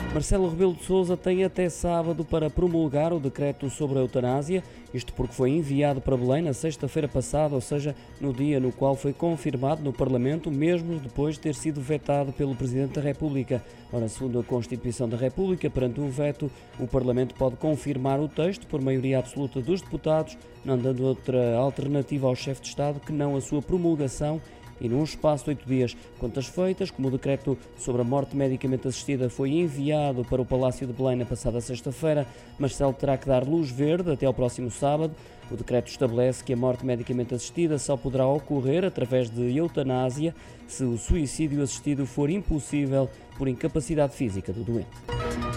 Marcelo Rebelo de Sousa tem até sábado para promulgar o decreto sobre a eutanásia, isto porque foi enviado para Belém na sexta-feira passada, ou seja, no dia no qual foi confirmado no Parlamento, mesmo depois de ter sido vetado pelo Presidente da República. Ora, segundo a Constituição da República, perante um veto, o Parlamento pode confirmar o texto por maioria absoluta dos deputados, não dando outra alternativa ao chefe de Estado que não a sua promulgação e num espaço de 8 dias. Contas feitas, como o decreto sobre a morte medicamente assistida foi enviado para o Palácio de Belém na passada sexta-feira, Marcelo terá que dar luz verde até ao próximo sábado. O decreto estabelece que a morte medicamente assistida só poderá ocorrer através de eutanásia se o suicídio assistido for impossível por incapacidade física do doente.